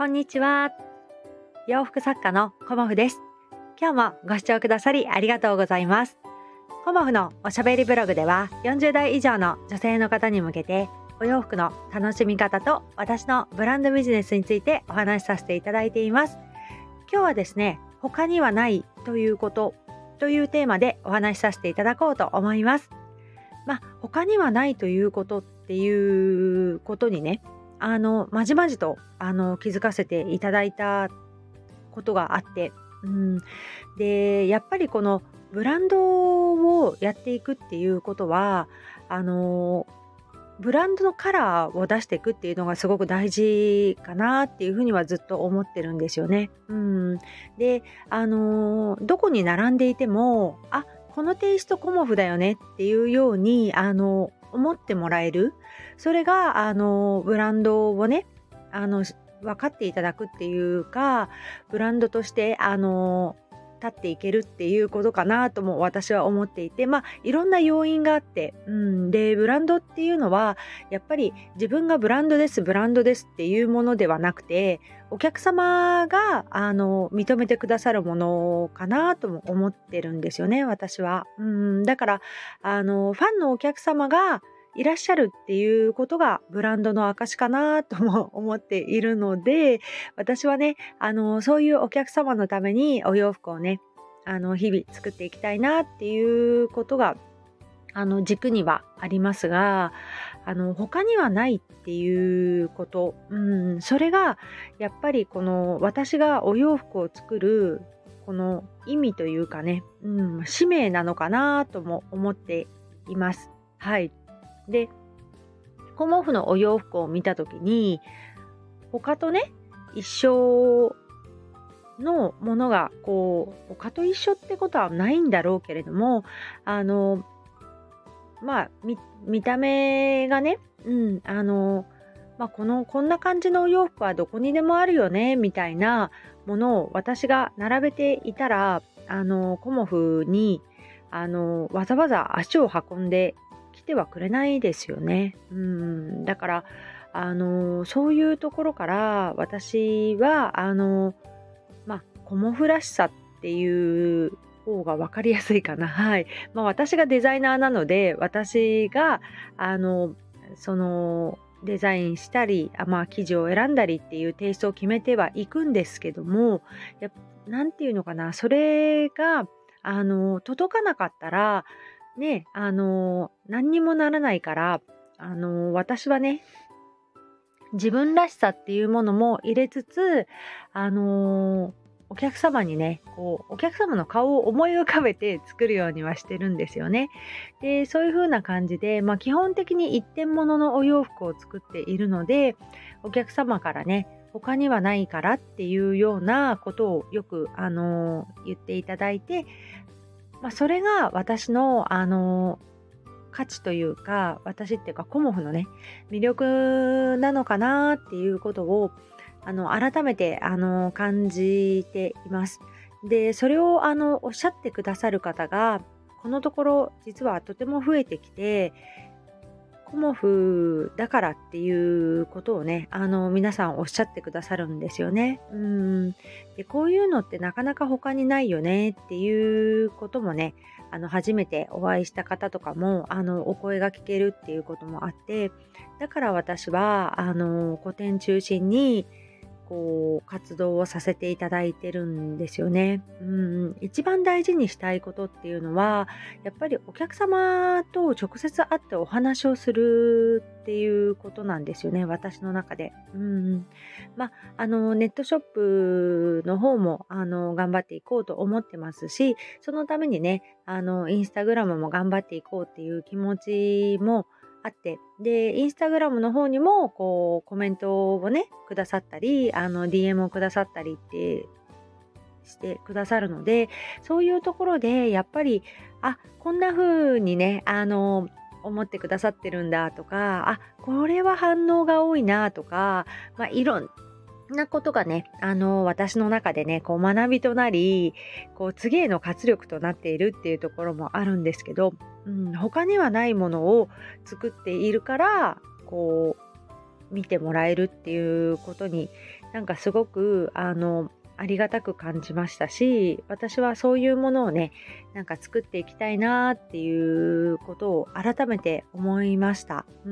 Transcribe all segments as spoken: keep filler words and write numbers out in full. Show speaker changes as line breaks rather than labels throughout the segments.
こんにちは。洋服作家のコモフです。今日もご視聴くださりありがとうございます。コモフのおしゃべりブログではよんじゅう代以上の女性の方に向けてお洋服の楽しみ方と私のブランドビジネスについてお話しさせていただいています。今日はですね、他にはないということというテーマでお話しさせていただこうと思います。まあ、他にはないということっていうことにね、あのまじまじとあの気づかせていただいたことがあって、うん、でやっぱりこのブランドをやっていくっていうことはあのブランドのカラーを出していくっていうのがすごく大事かなっていうふうにはずっと思ってるんですよね。うん、であのどこに並んでいてもあこのテイストコモフだよねっていうようにあの思ってもらえる、それがあのブランドをねあの分かっていただくっていうか、ブランドとしてあの立っていけるっていうことかなとも私は思っていて、まあいろんな要因があって、うん、でブランドっていうのはやっぱり自分がブランドですブランドですっていうものではなくて、お客様があの認めてくださるものかなとも思ってるんですよね、私は。うん、だからあのファンのお客様がいらっしゃるっていうことがブランドの証かなとも思っているので、私はねあのそういうお客様のためにお洋服をねあの日々作っていきたいなっていうことがあの軸にはありますが、あの他にはないっていうこと、うん、それがやっぱりこの私がお洋服を作るこの意味というかね、うん、使命なのかなとも思っています。はい。でコモフのお洋服を見た時に他とね一緒のものがこう他と一緒ってことはないんだろうけれども、あのまあ 見, 見た目がね、うんあのまあ、このこんな感じのお洋服はどこにでもあるよねみたいなものを私が並べていたら、あのコモフにあのわざわざ足を運んで来てはくれないですよね。うん、だからあのそういうところから私はあのまあコモフらしさっていう方が分かりやすいかな。はい。まあ私がデザイナーなので、私があのそのデザインしたり、あまあ生地を選んだりっていうテイストを決めてはいくんですけども、やなんていうのかな、それがあの届かなかったらね、あの何にもならないから、あの私はね自分らしさっていうものも入れつつ、あのお客様にねこうお客様の顔を思い浮かべて作るようにはしてるんですよね。でそういう風な感じで、まあ、基本的に一点物のお洋服を作っているので、お客様からね他にはないからっていうようなことをよく、あの言っていただいて、まあ、それが私の、あの価値というか、私っていうかコモフのね魅力なのかなっていうことをあの改めてあの感じています。でそれをあのおっしゃってくださる方がこのところ実はとても増えてきて、コモフだからっていうことをねあの皆さんおっしゃってくださるんですよね。うんでこういうのってなかなか他にないよねっていうこともね、あの初めてお会いした方とかもあのお声が聞けるっていうこともあって、だから私はあの個展中心にこう活動をさせていただいてるんですよね。うん、一番大事にしたいことっていうのはやっぱりお客様と直接会ってお話をするっていうことなんですよね、私の中で。うん、まああのネットショップの方もあの頑張っていこうと思ってますし、そのためにねあのインスタグラムも頑張っていこうっていう気持ちもあって、でインスタグラムの方にもこうコメントをねくださったり、あの ディーエム をくださったりってしてくださるので、そういうところでやっぱりあこんな風にねあの思ってくださってるんだとか、あこれは反応が多いなとか、まあ、いろんなことがねあの私の中でねこう学びとなり、こう次への活力となっているっていうところもあるんですけど、うん、他にはないものを作っているからこう見てもらえるっていうことになんかすごくあのありがたく感じましたし、私はそういうものをね、なんか作っていきたいなっていうことを改めて思いました。うん。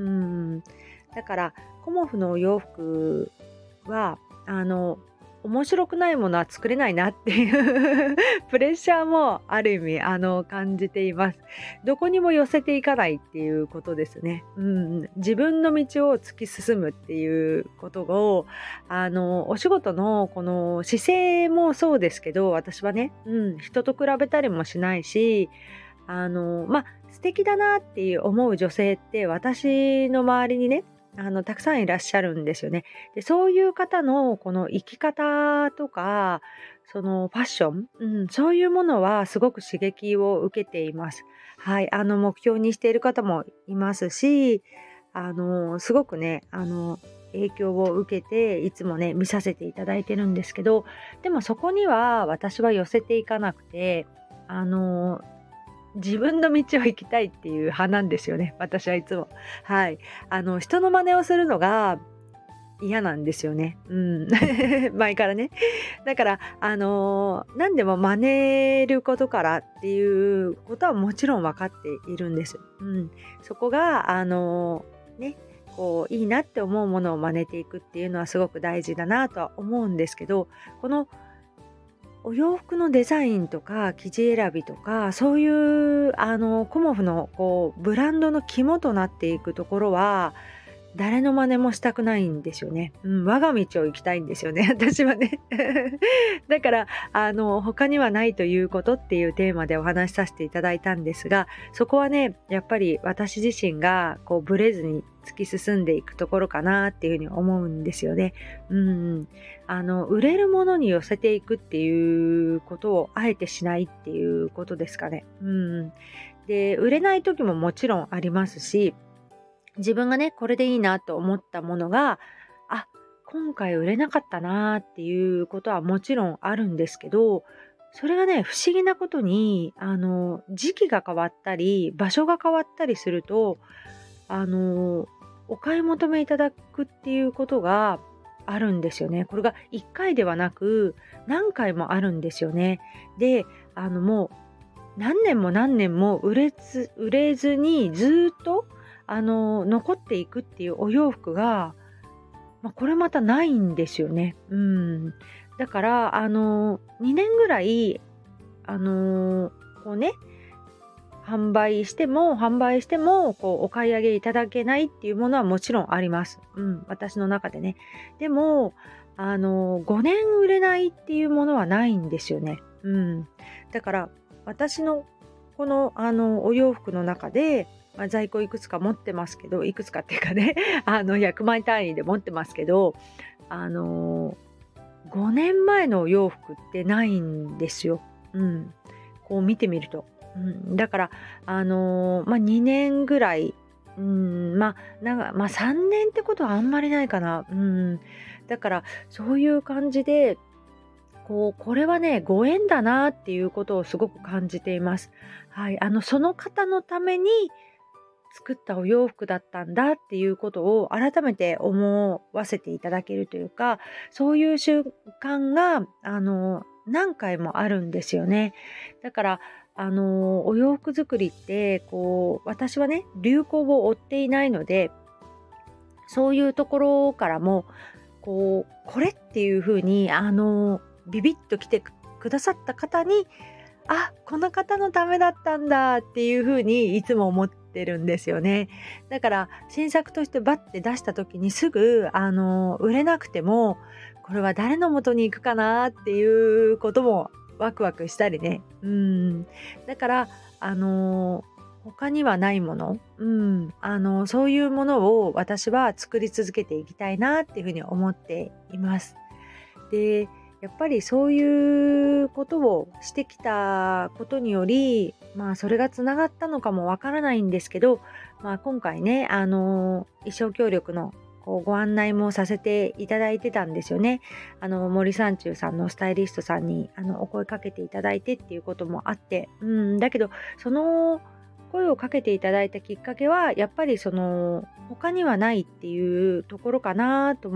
だからコモフのお洋服はあの面白くないものは作れないなっていうプレッシャーもある意味あの感じています。どこにも寄せていかないっていうことですね。うん、自分の道を突き進むっていうことをあのお仕事のこの姿勢もそうですけど、私はね、うん、人と比べたりもしないし、あのまあ素敵だなっていう思う女性って私の周りにね、あのたくさんいらっしゃるんですよね。で、そういう方のこの生き方とか、そのファッション、うん、そういうものはすごく刺激を受けています。はい、あの目標にしている方もいますし、あのすごくね、あの影響を受けていつもね見させていただいてるんですけど、でもそこには私は寄せていかなくて、あの自分の道を行きたいっていう派なんですよね、私はいつも。はい。あの、人の真似をするのが嫌なんですよね。うん。前からね。だから、あのー何でも真似ることからっていうことはもちろん分かっているんです。うん。そこが、あのーね、こう、いいなって思うものを真似ていくっていうのはすごく大事だなとは思うんですけど、このお洋服のデザインとか生地選びとか、そういうあのコモフのこうブランドの肝となっていくところは、誰の真似もしたくないんですよね。うん、我が道を行きたいんですよね、私はね。だから、あの、他にはないということっていうテーマでお話しさせていただいたんですが、そこはね、やっぱり私自身がこうブレずに突き進んでいくところかなっていうふうに思うんですよね。うん。あの、売れるものに寄せていくっていうことをあえてしないっていうことですかね。うん。で、売れない時ももちろんありますし、自分がね、これでいいなと思ったものが、あ、今回売れなかったなっていうことはもちろんあるんですけど、それがね、不思議なことに、あの、時期が変わったり、場所が変わったりすると、あの、お買い求めいただくっていうことがあるんですよね。これがいっかいではなく、何回もあるんですよね。で、あの、もう何年も何年も売れず売れずにずっとあの残っていくっていうお洋服が、まあ、これまたないんですよね。うん。だからあのにねんぐらいあのこうね、販売しても販売してもこうお買い上げいただけないっていうものはもちろんあります。うん、私の中でね。でもあのごねん売れないっていうものはないんですよね。うん。だから私のこのあのお洋服の中で、まあ、在庫いくつか持ってますけど、いくつかっていうかね、あのひゃくまい単位で持ってますけど、あのごねんまえのお洋服ってないんですよ。うん。こう見てみると。うん、だから、あのーまあ、にねんぐらい、うん、まあ、なんか、まあ、さんねんってことはあんまりないかな。うん。だから、そういう感じで、こう、これはね、ご縁だなっていうことをすごく感じています。はい。あの、その方のために作ったお洋服だったんだっていうことを改めて思わせていただけるというか、そういう瞬間が、あの、何回もあるんですよね。だから、あの、お洋服作りって、こう、私はね、流行を追っていないので、そういうところからも、こう、これっていう風に、あの、ビビッと来てくださった方に、あ、この方のためだったんだっていう風にいつも思ってるんですよね。だから新作としてバッて出した時にすぐあの売れなくても、これは誰の元に行くかなっていうこともワクワクしたりね。うん。だからあの他にはないもの、うん、あのそういうものを私は作り続けていきたいなっていうふうに思っています。で、やっぱりそういうことをしてきたことにより、まあそれがつながったのかもわからないんですけど、まあ今回ね、あの衣装協力のこうご案内もさせていただいてたんですよね。あの森三中さんのスタイリストさんにあのお声かけていただいてっていうこともあって、うん、だけどその声をかけていただいたきっかけはやっぱりその他にはないっていうところかなとも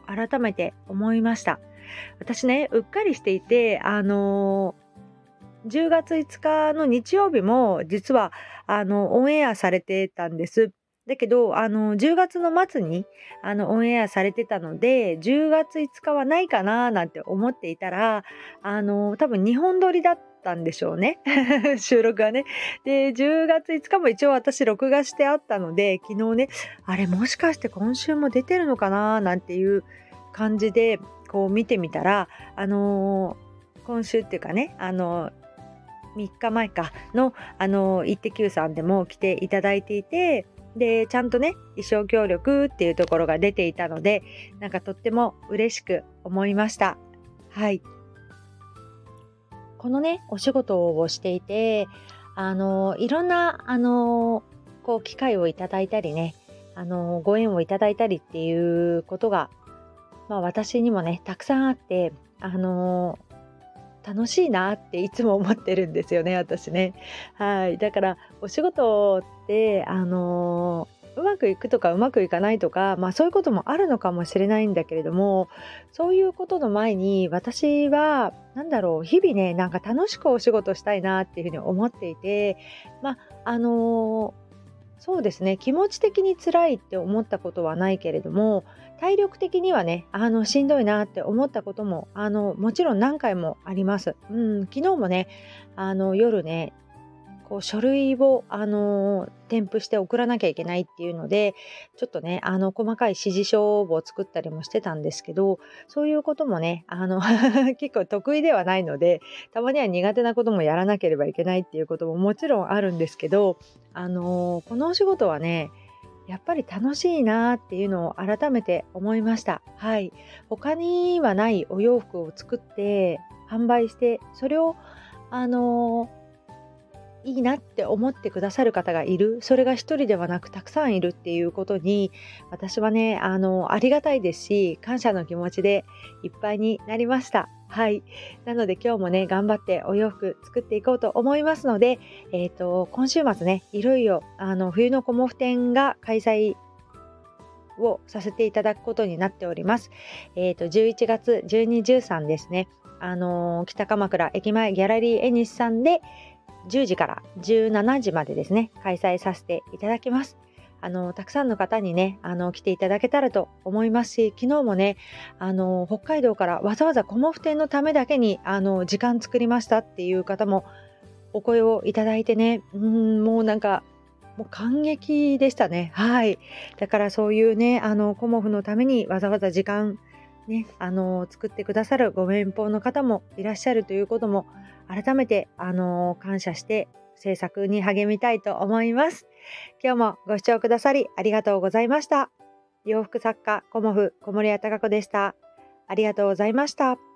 改めて思いました。私ね、うっかりしていて、あのじゅうがついつかの日曜日も実はあのオンエアされてたんです。だけどあのじゅうがつの末にあのオンエアされてたので、じゅうがついつかはないかななんて思っていたら、あの多分にほん撮りだったんでしょうね収録がね。でじゅうがついつかも一応私録画してあったので、昨日ね、あれもしかして今週も出てるのかななんていう感じでこう見てみたら、あの今週っていうかね、あのみっかまえかのあのイッテ Q さんでも来ていただいていて、でちゃんとね衣装協力っていうところが出ていたので、なんかとっても嬉しく思いました。はい、このねお仕事をしていて、あのいろんなあのこう機会をいただいたりね、あのご縁をいただいたりっていうことが、まあ、私にもねたくさんあって、あの楽しいなっていつも思ってるんですよね、私ね。はい。だからお仕事ってあのうまくいくとかうまくいかないとか、まあそういうこともあるのかもしれないんだけれども、そういうことの前に私はなんだろう、日々ね、なんか楽しくお仕事したいなっていうふうに思っていて、まああのそうですね、気持ち的に辛いって思ったことはないけれども、体力的にはね、あのしんどいなって思ったこともあのもちろん何回もあります。うん、昨日もね、あの夜ね、こう書類をあの添付して送らなきゃいけないっていうので、ちょっとね、あの細かい指示書を作ったりもしてたんですけど、そういうこともね、あの結構得意ではないので、たまには苦手なこともやらなければいけないっていうことももちろんあるんですけど、あのこのお仕事はね、やっぱり楽しいなっていうのを改めて思いました。はい。他にはないお洋服を作って販売して、それをあのいいなって思ってくださる方がいる。それが一人ではなくたくさんいるっていうことに、私はね、あの、ありがたいですし、感謝の気持ちでいっぱいになりました。はい。なので今日もね、頑張ってお洋服作っていこうと思いますので、えっと、今週末ね、いよいよ、あの、冬のコモフ展が開催をさせていただくことになっております。えっと、じゅういちがつじゅうに、じゅうさんですね。あの、北鎌倉駅前ギャラリーエニスさんで、じゅうじからじゅうしちじまでですね、開催させていただきます。あのたくさんの方にね、あの来ていただけたらと思いますし、昨日もね、あの北海道からわざわざコモフ展のためだけにあの時間作りましたっていう方もお声をいただいてね、うーんもうなんかもう感激でしたね。はい。だからそういうね、あのコモフのためにわざわざ時間ね、あの作ってくださるご遠方の方もいらっしゃるということも改めてあの感謝して制作に励みたいと思います。今日もご視聴くださりありがとうございました。洋服作家コモフ小森屋隆子でした。ありがとうございました。